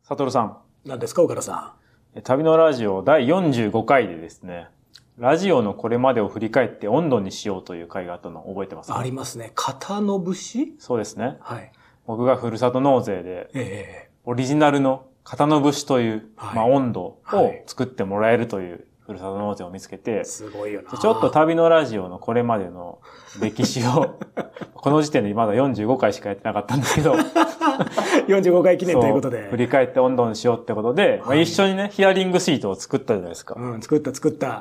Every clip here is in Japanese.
サトルさん。 何ですか、岡田さ旅のラジオ第45回でですね、ラジオのこれまでを振り返って温度にしようという回があったのを覚えてますか？ ん。ありますね。片の節？ そうですね。 はい。 僕がふるさと納税で、オリジナルの片の節という、温度を作ってもらえるというふるさと納税を見つけて、 すごいよな。 ちょっと旅のラジオのこれまでの歴史を、この時点でまだ45回しかやってなかったんですけど、 45回記念ということで。 振り返って温度にしようってことで、一緒にね、ヒアリングシートを作ったじゃないですか。 うん、作った。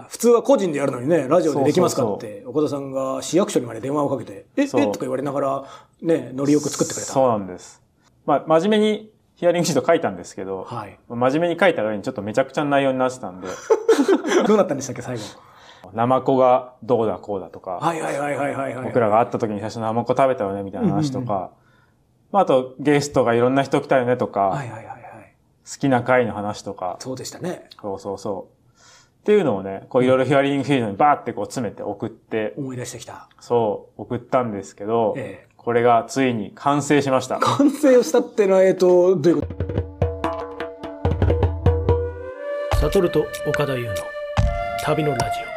普通は個人でやるのにね、ラジオでできますかって、岡田さんが市役所にまで電話をかけて、とか言われながら、ね、ノリよく作ってくれた。 そうなんです。真面目にヒアリングシート書いたんですけど、真面目に書いた上にちょっとめちゃくちゃな内容になってたんで。 どうなったんでしたっけ、最後。 ナマコがどうだこうだとか、僕らが会った時に最初ナマコ食べたよねみたいな話とか、あとゲストがいろんな人来たよねとか、好きな回の話とか。 そうでしたね。 そう。っていうのをね、こういろいろヒアリングシートにバーってこう詰めて送って、 思い出してきた。 そう、送ったんですけど、これがついに完成しました。 完成したっていうのは、どういうこと？サトルと岡田優の旅のラジオ。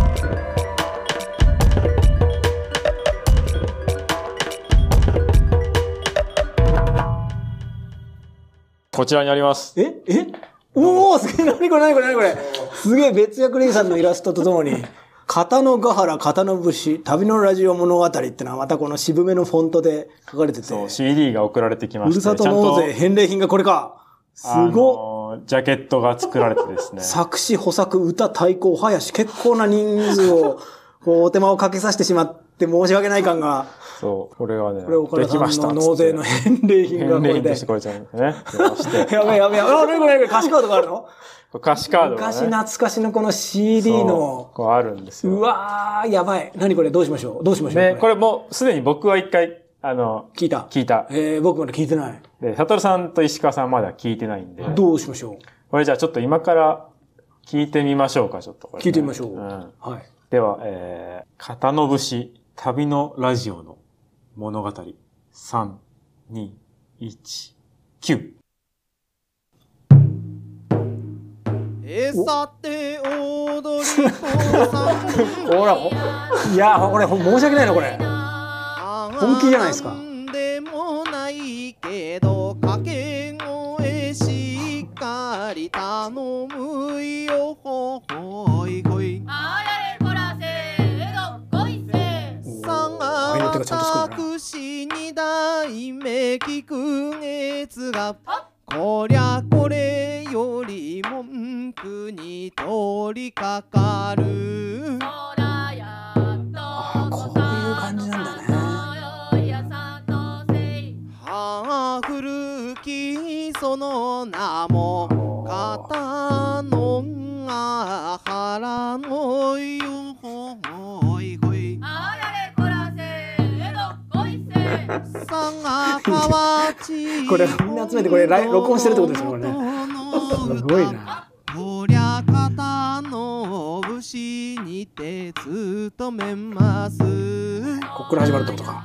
こちらにあります。 おー、すげえ、なにこれ。すげえ、別役リンさんのイラストとともに、片野ヶ原、片野節、旅のラジオ物語ってのはまたこの渋めのフォントで書かれてて。 そう、CD が送られてきました。 ふるさと納税返礼品がこれか。すごっ。ジャケットが作られてですね。 作詞、補作、歌、太鼓、早し、結構な人数を、お手間をかけさせてしまって申し訳ない感が。 そう、これはね、 できました。納税の返礼品がこれで。 返礼品としてこれちゃうんですね。 やべえ。歌詞カードがあるの？ 歌詞カードがね。 昔懐かしのこの CD の。 こうあるんですよ。 うわー、やばい。何これどうしましょうね、これもうすでに僕は一回、聞いた。 僕まだ聞いてない。 で、サトルさんと石川さんまだ聞いてないんで。 どうしましょう？ これじゃあちょっと今から聞いてみましょうか、ちょっとこれ、 聞いてみましょう。 はい。では、片野節、旅のラジオの物語。3、2、1、9。 さて踊り子さんほら、いや、これ申し訳ないな、これ。本気じゃないですか。 でもないけど掛け声しっかり頼むよ、ほほいほい。私二代目聞く熱がこりゃこれより文句に取りかかる。 こういう感じなんだね。 古きその名も片野ヶ原のよほいほい。 これみんな集めてこれ録音してるってことですよ、これね。すごいな。 こりゃ片野節にて勤めます。 こっから始まるってことか。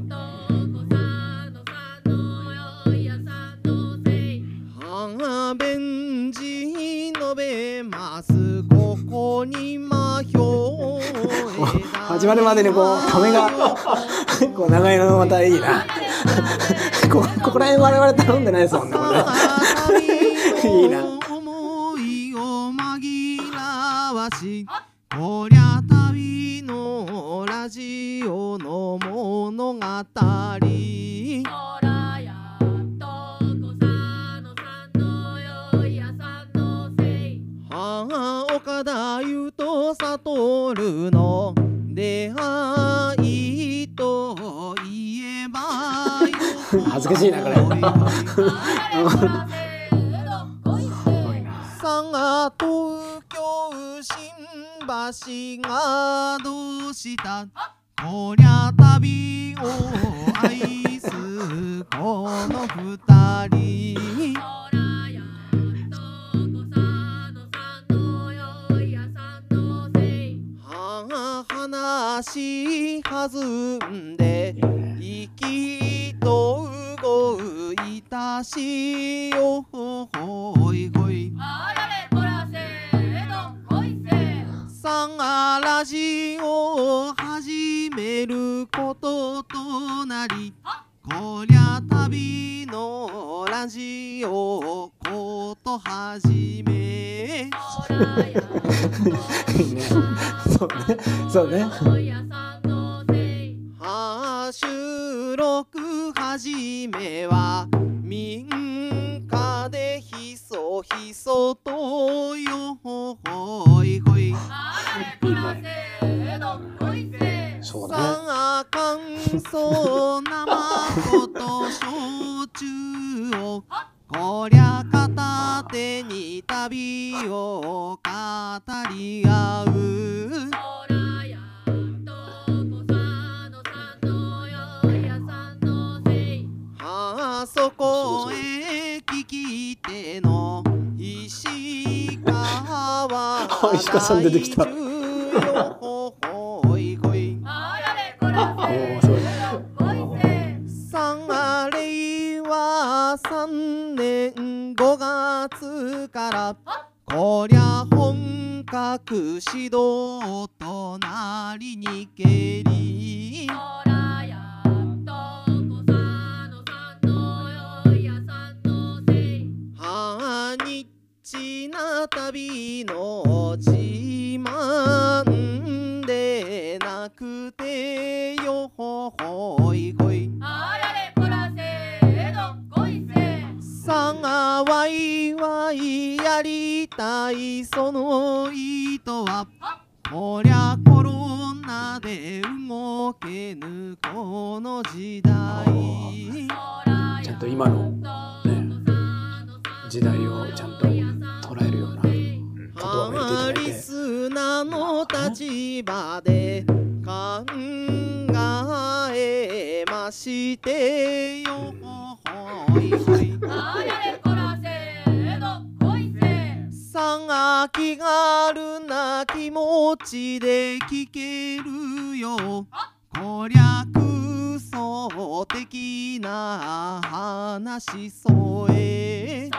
弁辞述べます。ここに魔標始まるまでにこうためがこう長いのまたいいな。ここら辺我々頼んでないですもんね、これ。いいな。 思いを紛らわし、こりゃ旅のラジオの物語。岡田優と悟の出会いといえば恥ずかしいな、これ。 佐賀東京新橋がどうしたこりゃ旅を愛すこの二人。話弾んで意気投合いたしよほよことはじめいいね。そうね。そうね。 収録はじめは民家でひそひそとよほいほいそうね。 さあ乾燥生こと焼酎をこりゃ片手に旅を語り合うそこへ聞き手の石川石川さん出てきた。 令和3年5月からこりゃ本格指導となりにけりニッチな旅の自慢でなくてよほほいほいさがわいわいやりたいその意図はこりゃコロナで動けぬこの時代ちゃんと今の時代をちゃんと捉えるような言葉を入れていただいて、 リスナーの立場で考えましてよほいほいさが気軽な気持ちで聞けるよこりゃ空想的な話添え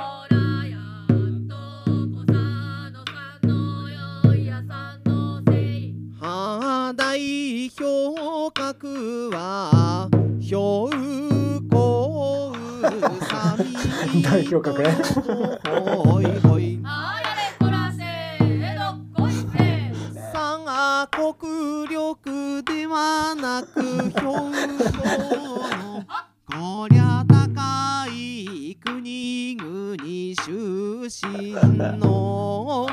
代表格は標高さみ代表格ね。 ほいほいさが国力ではなく標高のこりゃ高い国々出身の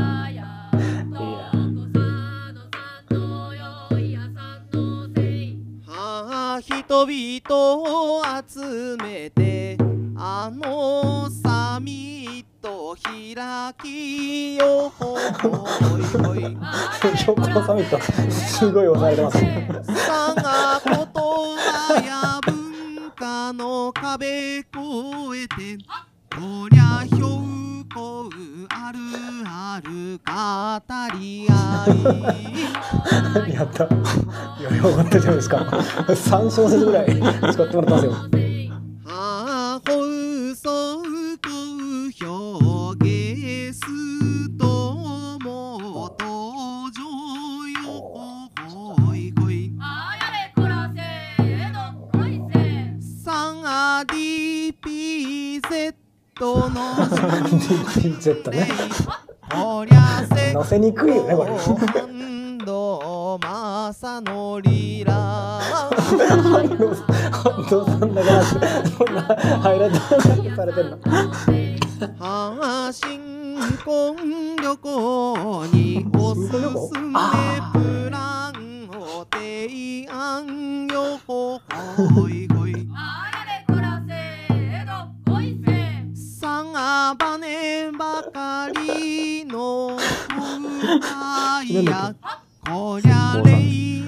人々を集めてあのサミット開きよほいほい標高サミットすごい押されてますね。 さが言葉や文化の壁越えてこりゃ標高あるある語り合いやった。いや、よかったじゃないですか。3小節ぐらい使ってもらったんですよ。 放送公表ゲストも登場よほいほいさが DPZ の DPZ ね。 こりゃ乗せにくいよねこれ。 安藤正則ら安藤さんだからそんなハイライトされてるの。 新婚旅行におすすめプランを提案よほほいほいさがばねばかりのいやこりゃれい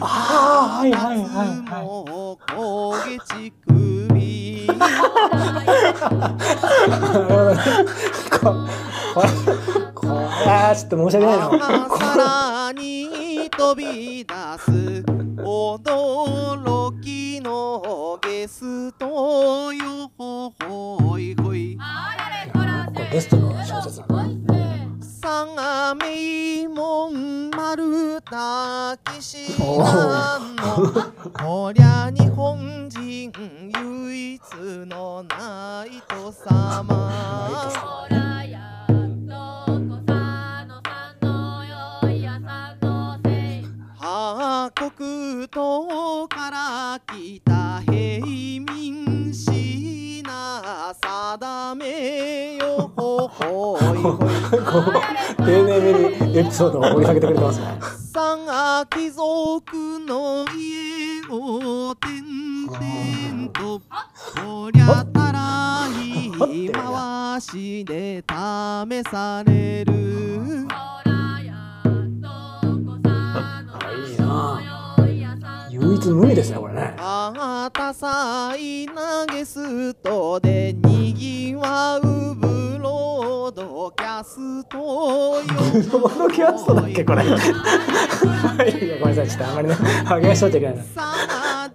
も焦げち首これちょっと申し訳ないな。 さらに飛び出す驚きのゲストよほほいほいこれゲストの小説なの。 相模門丸た騎士団のこりゃ日本人唯一のナイト様。北東から来た平民しな定めよほほいほい。 丁寧めにエピソードを掘り下げてくれてますね。 さが貴族の家を転々とこりゃたらい回しで試される。 唯一無二ですねこれね。 多彩なゲストでにぎわうブロードキャストよ。 ブロードキャストだっけこれ。いやごめんなさい、ちょっとあんまりね励ましとっちゃいけないな。 さあ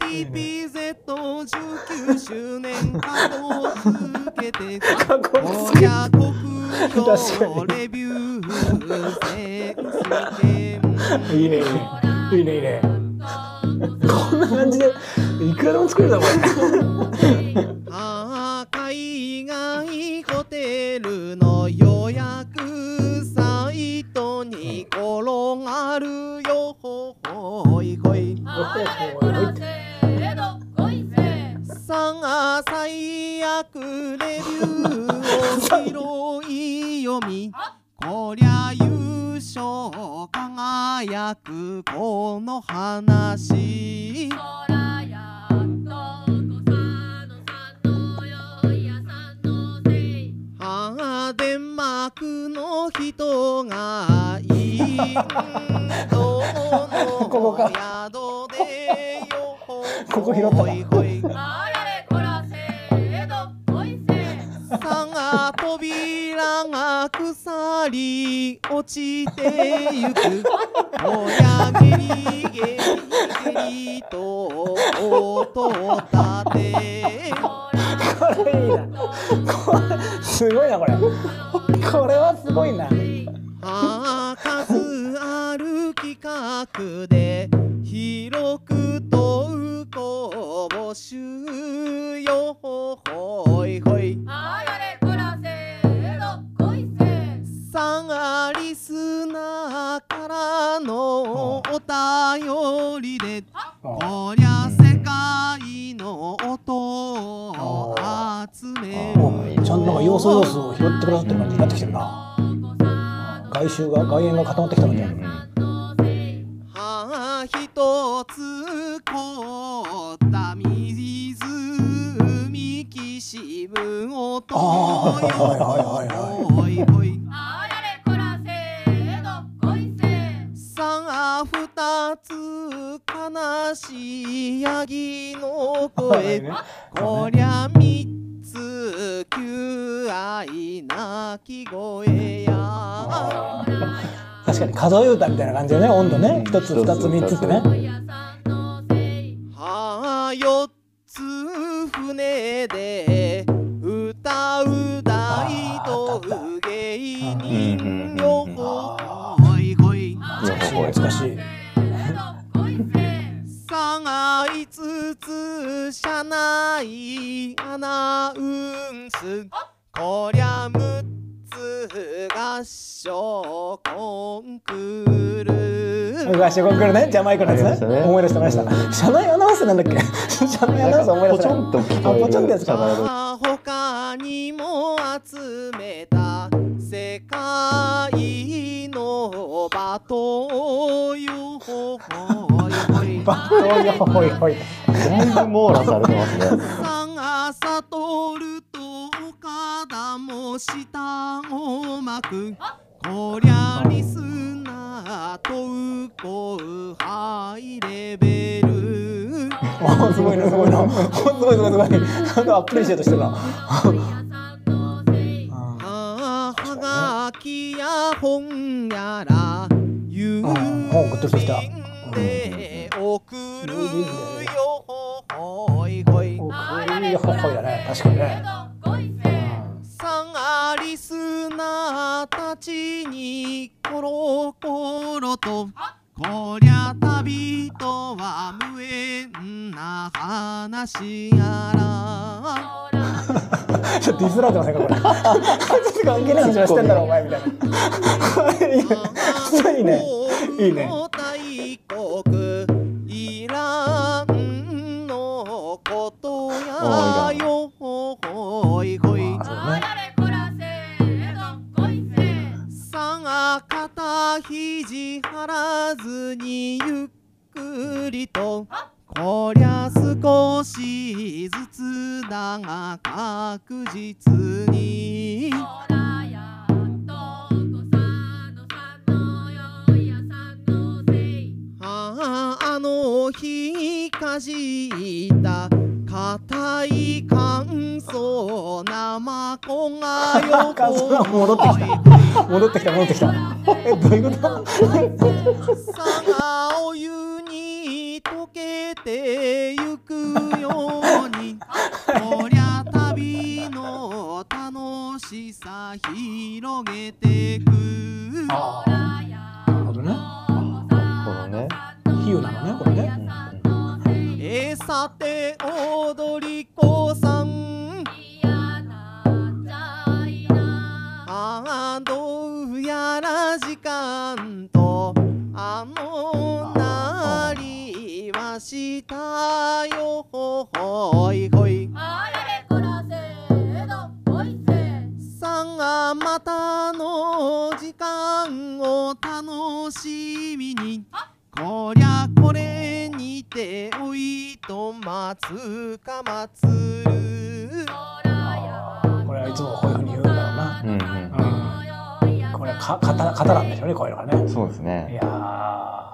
DPZ19 周年過去つけて親国のレビュー選手権。 いいねいいねいいねいいね。こんな感じでいくらでも作れるなこれ。 海外ホテルの予約サイトに転がるよほほいほい。さが最悪レビューを拾い読みこりゃ優勝輝くこの話。デンマークの人がインドの宿でよほいほい。さが扉が腐り落ちてゆくおやゲリゲリゲリと音を立て。 これいいな。これすごいなこれ。これはすごいな。 数ある企画で広くとうこ募集よほいほい。さがリスナーからのお便りでこりゃ世界の音を集める。 ちゃんとなんか要素を拾ってくださってる感じになってきてるな。外縁が固まってきたのね。 一つ凍った湖岸分をとほいほい。さあ二つ悲しいヤギの声こりゃ三つ求愛鳴き声や。 確かに数え歌みたいな感じでね、温度ね、一つ二つ三つってね。 四つ船で歌う大道芸人よほいほい。 難しい。 さが五つ車内アナウンスこりゃ六つ合唱コンクール。 合唱コンクールね、ジャマイカのやつね。思い出してました。車内アナウンスなんだっけ。車内アナウンス思い出した。 ポチョンと聞こえる。 ポチョンってやつか。 他にも集めた世界のバトよほほいほい。 バトよほいほい。 だいぶ網羅されてますね。 さが悟ると岡田も下を巻くこりゃリスナーとうこうハイレベル。 すごいなすごいな。すごいすごいすごい。ちゃんとアプリシエイトしてるな。 はがきや本やら郵便で送るよほいほい。 送るよほいだね。確かにね。 さがリスナーたちにコロコロとこりゃ旅とは無縁な話やらちょっとディスられてませんかこれ。ちょっと関係ない話をしてんだろお前みたいな。いいね。いいね。 大国イランのことやよほいほい。さが肩肘張らずにゆっくりとこりゃ少しずつだが確実にあの日かじった硬い乾燥なまこがよ戻ってきた。どういうことさがお湯に溶けてゆくようにこりゃ旅の楽しさ広げてくなるほどね。比喩なのねこれね。 さて踊り子さんどうやら時間となりましたよほいほい。さがまたの時間を楽しみにこりゃこれにておいと待つか待つる。 これはいつもこういうふうに言うんだろうな。これ型なんでしょうねこういうのがね。 そうですね。 いや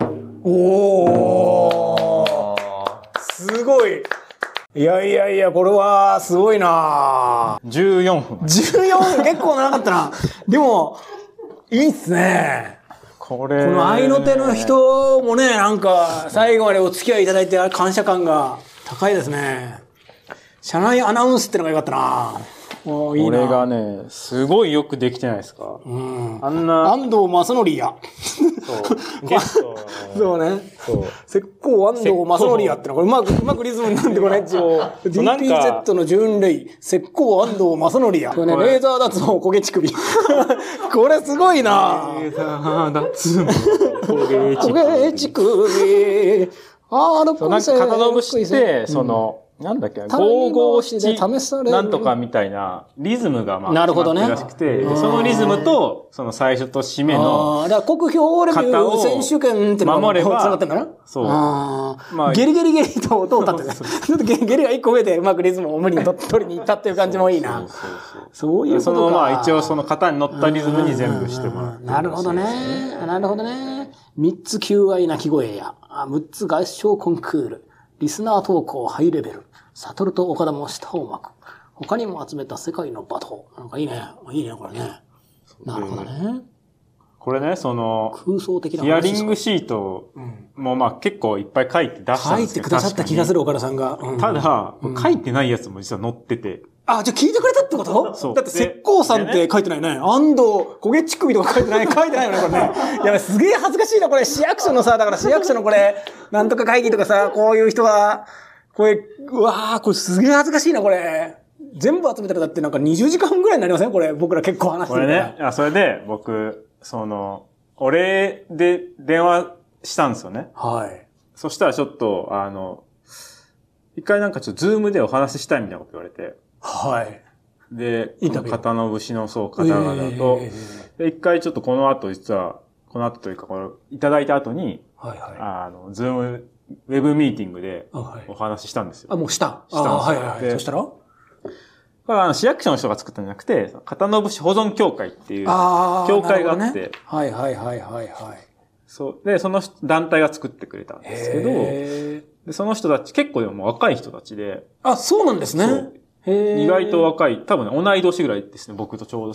おーすごい。いやこれはすごいな。 14分。 14分結構長かったな。でもいいっすね。 この合いの手の人もね、なんか、最後までお付き合いいただいて感謝感が高いですね。社内アナウンスってのが良かったな。もういいな。 これがね、すごいよくできてないですか。あんな。 安藤正則や。 そう。ゲスト。 そうね。そう。石膏安藤正則やってのは、これうまくリズムになんでこれ、DPZ の純類、石膏安藤正則や。これね、レーザー脱毛焦げ乳首。これすごいな。 レーザー脱毛焦げ乳首。 なんか型の節って、なんだっけ、557なんとかみたいなリズムがまあなるほどね。 らしくて、そのリズムとその最初と締めのだから国評レビュー選手権ってのが守れば繋がってんだな。 そう。 まあゲリと音を立ってね。ちょっとゲリが一個上でうまくリズムを無理に取りに行ったっていう感じもいいな。そういうことか。 まあ一応その型に乗ったリズムに全部してもらって。 なるほどね。3つ求愛鳴き声や6つ合唱コンクール。リスナー投稿ハイレベル。サトルと岡田も舌を巻く。他にも集めた世界のバトル。なんかいいね、これね。なるほどね。 これね、空想的なヒアリングシートもまあ結構いっぱい書いて出したんですけど。 書いてくださった気がする岡田さんが。 ただ、書いてないやつも実は載ってて。 あ、じゃあ聞いてくれたってこと？そう。だって石膏さんって書いてないね。安藤焦げ乳首とか書いてないよね、これね。いや、すげえ恥ずかしいな、これ。市役所のさ、だから市役所のこれ、なんとか会議とかさ、こういう人は、これ、うわー、これすげえ恥ずかしいな、これ。全部集めたらだってなんか20時間ぐらいになりません？これ、僕ら結構話してるから。 これね、それで、僕、お礼で電話したんですよね。 はい。 そしたらちょっと、一回なんかちょっとズームでお話ししたいみたいなこと言われて。 はい。 で、この型の節の方々と、で、一回ちょっとこの後というか、いただいた後に、ズーム、ウェブミーティングでお話ししたんですよ。 もうしたんですよ。 そしたらこれは市役所の人が作ったんじゃなくて、型の節保存協会っていう協会があって、 はい。 そう。で、その団体が作ってくれたんですけど、で、その人たち結構でも若い人たちで。 あ、そうなんですね。 意外と若い、多分ね、同い年ぐらいですね、僕とちょうど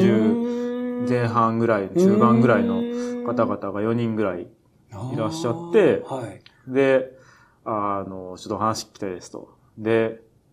30前半ぐらい、中盤ぐらいの方々が4人ぐらいいらっしゃって、で、ちょっと話聞きたいですと。で、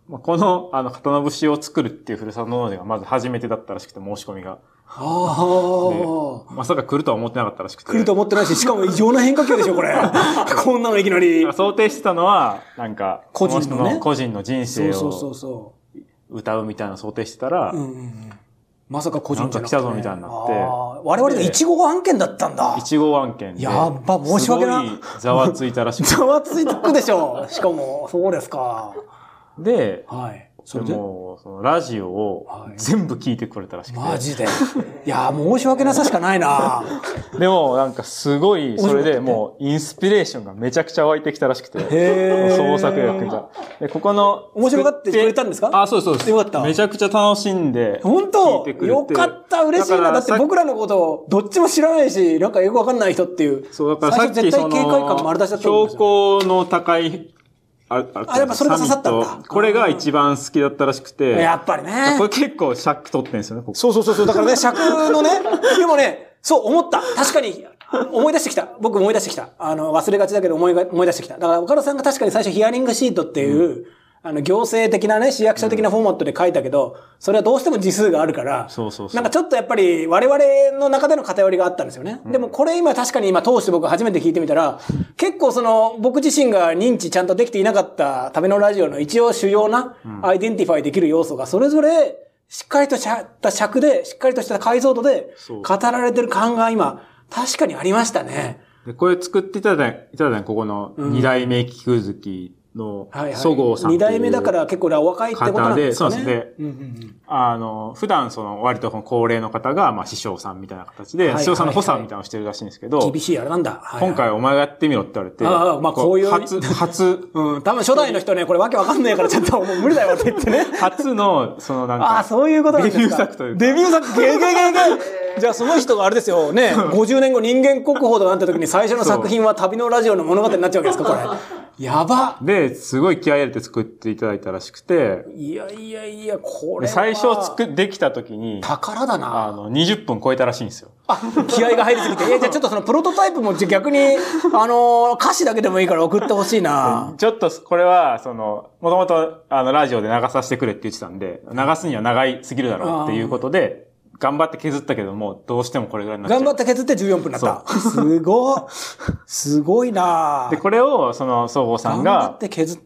この、刀節を作るっていうふるさと納税がまず初めてだったらしくて、申し込みが。まさか来るとは思ってなかったらしくて。 来ると思ってないし、しかも異常な変化球でしょ、これ。こんなのいきなり。 想定してたのは、なんか、 個人のね。 個人の人生を歌うみたいな想定してたら、 まさか個人じゃなくて、ね。 なんか来たぞみたいになって。 我々の1号案件だったんだ。 1号案件で。 やっぱ申し訳ない。 すごいざわついたらしくて。 ざわついてくでしょ。しかも、そうですか。 で、 はい。 それでもう、そのラジオを全部聞いてくれたらしくて。 マジで。いや、申し訳なさしかないな。 でも、なんかすごい、それでもう、インスピレーションがめちゃくちゃ湧いてきたらしくて。創作力が。で、ここの。 面白がってくれたんですか？ あ、そうです。 よかった。 めちゃくちゃ楽しんで。 本当よかった、嬉しいな。だって僕らのことをどっちも知らないし、なんかよくわかんない人っていう。 そう、だからさっきその、標高の高い、 やっぱそれが刺さったんだ。 これが一番好きだったらしくて。 やっぱりね。 これ結構尺取ってんですよね、 そう。だからね、尺のね、でもね、そう思った。確かに、思い出してきた。僕思い出してきた。忘れがちだけど思い出してきた。だから岡田さんが確かに最初ヒアリングシートっていう、行政的なね、市役所的なフォーマットで書いたけど、それはどうしても字数があるから、なんかちょっとやっぱり我々の中での偏りがあったんですよね。でもこれ今確かに今通して僕初めて聞いてみたら、結構その僕自身が認知ちゃんとできていなかった旅のラジオの一応主要なアイデンティファイできる要素がそれぞれしっかりとした尺で、しっかりとした解像度で語られてる感が今確かにありましたね。 でこれ作っていただいたここの二代目菊月のそごうさん。 二代目だから結構お若いってことなんですかね。 そうですね。普段割と高齢の方が、師匠さんみたいな形で、師匠さんの補佐みたいなのをしてるらしいんですけど。 厳しいあれなんだ。 今回お前がやってみろって言われて。 こういう。 初。 多分初代の人ね、これわけわかんないからちょっともう無理だよって言ってね。 初の、なんか。 そういうことなんですか。 デビュー作というか。 デビュー作、ゲじゃあその人があれですよ、ね、50年後人間国宝となった時に最初の作品は旅のラジオの物語になっちゃうわけですか、これ。やば。 で、すごい気合い入れて作っていただいたらしくて。 いや、これは。 最初できた時に。 宝だな。 20分超えたらしいんですよ。 気合が入りすぎて。じゃあちょっとそのプロトタイプも逆に、歌詞だけでもいいから送ってほしいな。 ちょっと、これは、もともと、ラジオで流させてくれって言ってたんで、流すには長いすぎるだろうっていうことで、頑張って削ったけども、どうしてもこれぐらいになっちゃう。 頑張って削って14分になった。すごいな。 で、これを、そごうさんが、 頑張って削って、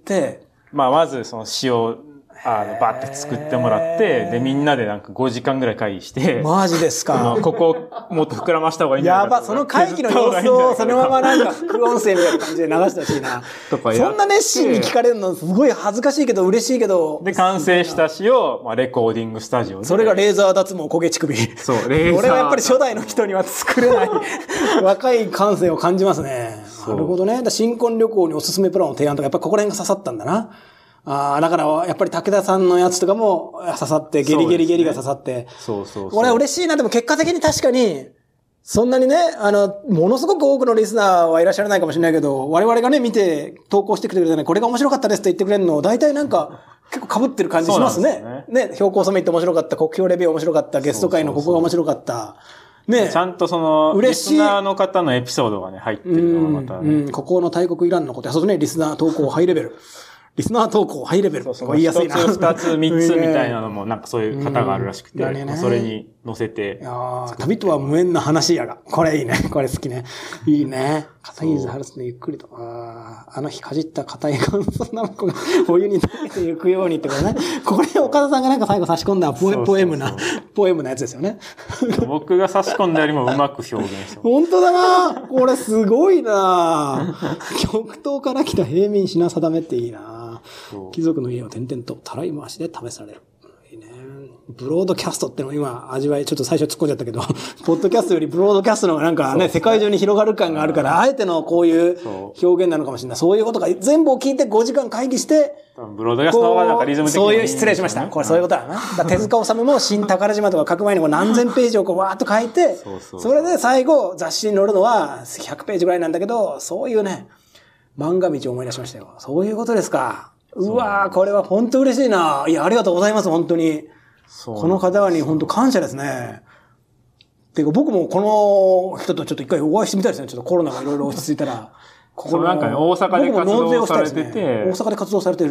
まず、詩を、バーって作ってもらって、で、みんなでなんか5時間ぐらい会議して、 マジですか。 ここもっと膨らました方がいいんだよ。 やば、その会議の様子をそのままなんか副音声みたいな感じで流してほしいな。そんな熱心に聞かれるのすごい恥ずかしいけど嬉しいけど。 で、完成した詩を、レコーディングスタジオで。 それがレーザー脱毛焦げ乳首。 そう、レーザー。 俺はやっぱり初代の人には作れない若い感性を感じますね。なるほどね。新婚旅行におすすめプランを提案とか、やっぱりここら辺が刺さったんだな。だから、やっぱり武田さんのやつとかも刺さって、ゲリが刺さって。 そう。 これは嬉しいな。でも結果的に確かに、そんなにね、ものすごく多くのリスナーはいらっしゃらないかもしれないけど、我々がね、見て投稿してくれてね、これが面白かったですって言ってくれるのを、大体なんか、結構被ってる感じしますね。ね、標高サミット面白かった、国評レビュー面白かった、ゲスト会のここが面白かった。ね、 ちゃんとリスナーの方のエピソードがね、入ってるのがまたね。 ここの大国イランのこと、そうね、リスナー投稿ハイレベル。リスナー投稿ハイレベル。言いやすいな。 1つ、2つ、3つみたいなのも、なんかそういう方があるらしくて、それに乗せて。 旅とは無縁な話やが。これいいね。これ好きね。いいね。硬い水ハルスでゆっくりと。あの日かじった硬い乾燥ナムコがお湯に溶けてゆくようにってことね。これ岡田さんがなんか最後差し込んだポエムなやつですよね。 僕が差し込んだよりもうまく表現してます。 本当だな。これすごいな。極東から来た平民品定めっていいな。貴族の家を点々とたらい回しで試される。いいね。ブロードキャストってのを今味わい、ちょっと最初突っ込んじゃったけど、ポッドキャストよりブロードキャストの方がなんかね、世界中に広がる感があるから、あえてのこういう表現なのかもしれない。そういうことが全部を聞いて5時間会議して、 ブロードキャストの方がなんかリズム的にそういう失礼しました。これそういうことだな。手塚治虫も新宝島とか書く前に何千ページをわーっと書いて、それで最後雑誌に載るのは100ページぐらいなんだけど、そういうね、漫画道を思い出しましたよ。そういうことですか。うわー、これは本当嬉しいな。いや、ありがとうございます、本当に。この方に本当感謝ですね。てか僕もこの人とちょっと一回お会いしてみたいですね。ちょっとコロナがいろいろ落ち着いたら。 なんかね、大阪で活動されてて。 大阪で活動されてる。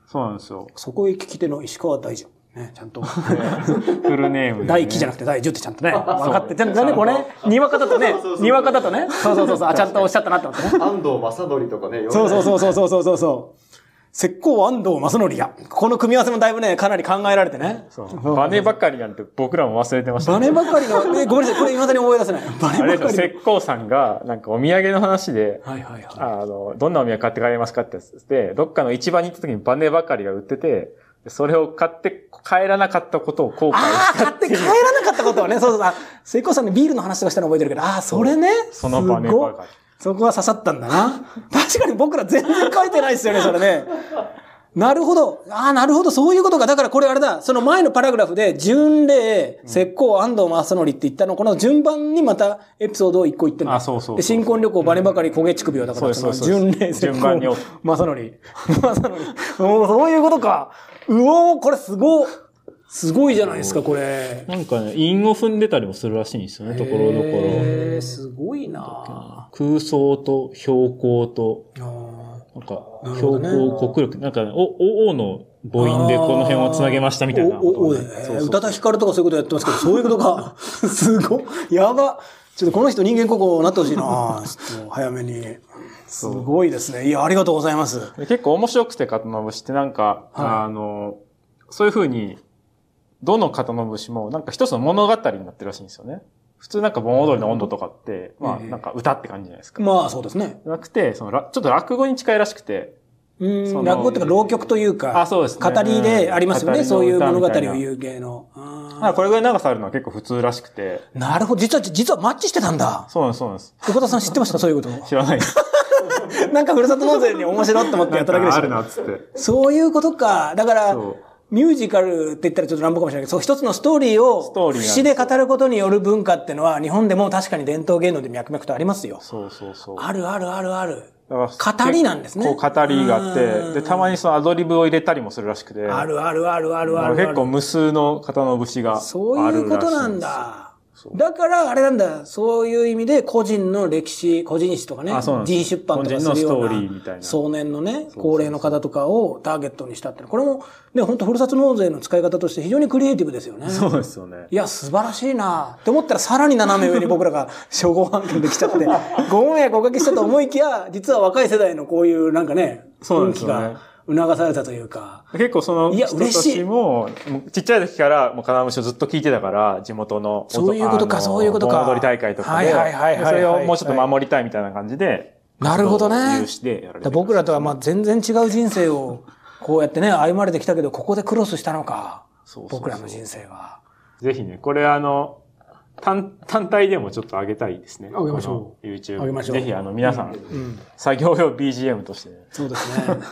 そうなんですよ。 そこへ聞き手の石川大樹。ね、ちゃんと。 フルネーム、ね。 第1じゃなくて第10ってちゃんとね、分かって。ちゃんとね、これね、にわかだとね、にわかだとね、そうそうそうそう、あ、ちゃんとおっしゃったなって思ってね。 安藤正則とかね、 そうそうそうそうそうそうそう。石膏安藤正則や。この組み合わせもだいぶね、かなり考えられてね。 そう。バネばかりなんて僕らも忘れてました、 ね。バネばかりの、ごめんなさい、これ未だに思い出せない。バネばかりの。 石膏さんが、なんかお土産の話で、 はいはいはい。 どんなお土産買って帰りますかってやつで、どっかの市場に行った時にバネばかりが売ってて、それを買って帰らなかったことを後悔したっていう。 買って帰らなかったことはね、そうそう。石膏さんにビールの話とかしたの覚えてるけど、それね。 そのバネばかり。 そこは刺さったんだな。確かに僕ら全然書いてないですよね、それね。なるほど。なるほど。そういうことか。だからこれあれだ。その前のパラグラフで、巡礼、石膏、安藤正則って言ったの、この順番にまたエピソードを一個言ってる。 そうそう。 で、新婚旅行、バネばかり、焦げ乳首は、だから、その巡礼、石膏、正則。正則。そういうことか。これすごいじゃないですか、これ。 なんかね、韻を踏んでたりもするらしいんですよね、ところどころ。 すごいな。 空想と標高と、なんか、標高、国力、なんか、王の母音でこの辺をつなげましたみたいなことをね。 宇多田ヒカルとかそういうことやってますけど、そういうことか。すごい。やば。ちょっとこの人人間国宝になってほしいな。ちょっと早めに。すごいですね。いや、ありがとうございます。 結構面白くて、刀節ってなんか、そういう風に、どの刀節もなんか一つの物語になってるらしいんですよね。普通なんか盆踊りの温度とかって、まあなんか歌って感じじゃないですか。 まあそうですね。 じゃなくて、ちょっと落語に近いらしくて。 落語っていうか浪曲というか、 そうですね。 語りでありますよね。そういう物語を言う系の。 これぐらい長さあるのは結構普通らしくて。 なるほど。実はマッチしてたんだ。 そうなんです、そうなんです。 横田さん知ってましたそういうこと。 知らないです。 なんかふるさと納税に面白いって思ってやっただけでしょ。 あるなっつって。 そういうことか。だから、ミュージカルって言ったらちょっと乱暴かもしれないけど、そう一つのストーリーを詩で語ることによる文化っていうのは日本でも確かに伝統芸能で脈々とありますよ。 そうそうそう。 ある。語りなんですね。 語りがあって、で、たまにそのアドリブを入れたりもするらしくて。 ある。 結構無数の刀節があるらしい。 そういうことなんだ。だから、あれなんだ、そういう意味で個人の歴史、個人誌とかね、G 出版とかするような、壮年のね、高齢の方とかをターゲットにしたって。これも、ね、本当ふるさと納税の使い方として非常にクリエイティブですよね。 そうですよね。 いや、素晴らしいなって思ったらさらに斜め上に僕らが初号案件できちゃって、ご迷惑おかけしたと思いきや、実は若い世代のこういうなんかね、雰囲気が促されたというか。 結構その人たちも、ちっちゃい時からもう金節をずっと聞いてたから、地元の。 そういうことか、そういうことか。 盆踊り大会とかで。それをもうちょっと守りたいみたいな感じで。 なるほどね。僕らとはまあ全然違う人生をこうやってね、歩まれてきたけど、ここでクロスしたのか。僕らの人生は。 ぜひね、これ単体でもちょっと上げたいですね。 上げましょう。YouTube。 上げましょう。 ぜひ皆さん、作業用 BGM として、ね。 そうですね。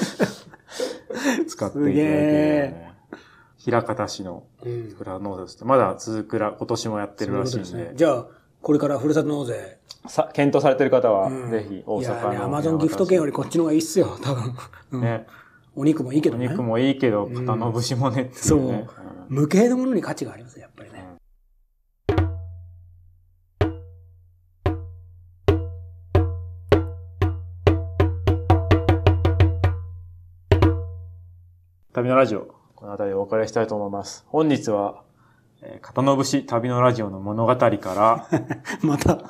使っていただければね。平方市のふるさと納税として、まだ続く今年もやってるらしいんで。 じゃあ、これからふるさと納税。 検討されてる方は、ぜひ大阪の。 いや、アマゾンギフト券よりこっちの方がいいっすよ、多分。ね。お肉もいいけどね。 お肉もいいけど、肩の節もねっていうね。 そう。無形のものに価値がありますよ、やっぱりね。 旅のラジオ、この辺りでお別れしたいと思います。本日は、刀節旅のラジオの物語から、 また、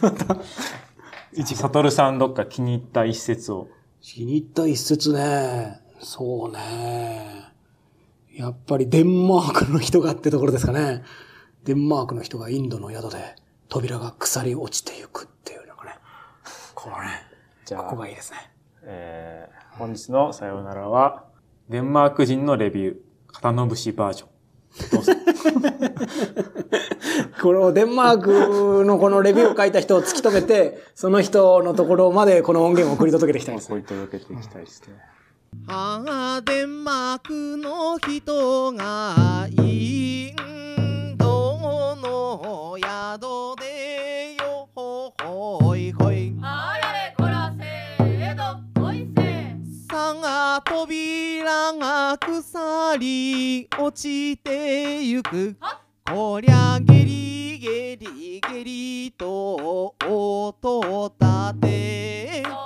サトルさんどっか気に入った一節を。 気に入った一節ね。そうね。やっぱりデンマークの人がってところですかね。デンマークの人がインドの宿で扉が腐り落ちていくっていうのがね。このね。じゃあ、ここがいいですね。 本日のさようならは、デンマーク人のレビュー、刀節バージョン。どうぞ。 このデンマークのこのレビューを書いた人を突き止めて、その人のところまでこの音源を送り届けていきたいです。 送り届けていきたいですね。 デンマークの人がインドの宿でよほほいほい。 あやれこらせーどおいせ。 さが扉が腐り落ちてゆく。こりゃゲリゲリゲリと音立て。